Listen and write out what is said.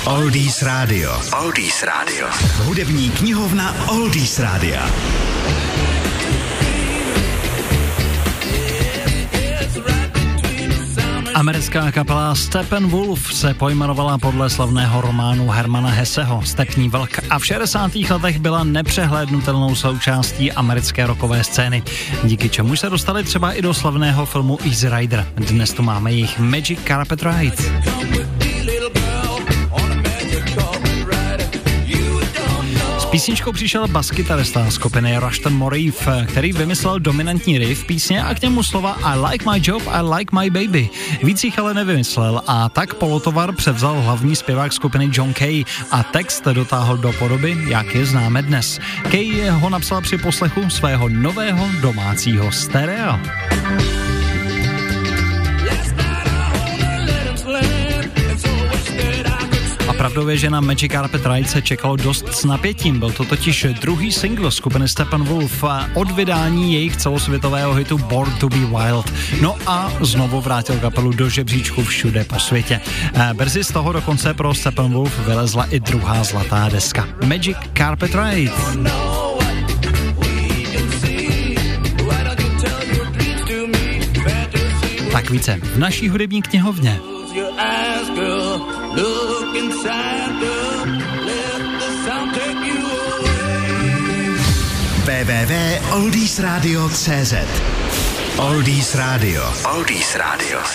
Oldies Radio. Oldies Radio. Hudební knihovna Oldies Rádia. Americká kapela Steppenwolf se pojmenovala podle slavného románu Hermana Hesseho Stepní vlk a v 60. letech byla nepřehlédnutelnou součástí americké rockové scény, díky čemu se dostali třeba i do slavného filmu Easy Rider. Dnes tu máme jejich Magic Carpet Ride. Písničkou přišel baskytarista skupiny Rushton Moreve, který vymyslel dominantní riff písně a k němu slova I like my job, I like my baby. Víc jich ale nevymyslel a tak polotovar převzal hlavní zpěvák skupiny John Kay a text dotáhl do podoby, jak je známe dnes. Kay ho napsal při poslechu svého nového domácího stereo. Pravdou je, že na Magic Carpet Ride se čekalo dost s napětím. Byl to totiž druhý single skupiny Steppenwolf od vydání jejich celosvětového hitu Born to be Wild. No a znovu vrátil kapelu do žebříčku všude po světě. Brzy z toho dokonce pro Steppenwolf vylezla i druhá zlatá deska. Magic Carpet Ride. Tak více v naší hudební knihovně. www.oldiesradio.cz Oldies Radio. Oldies Radio.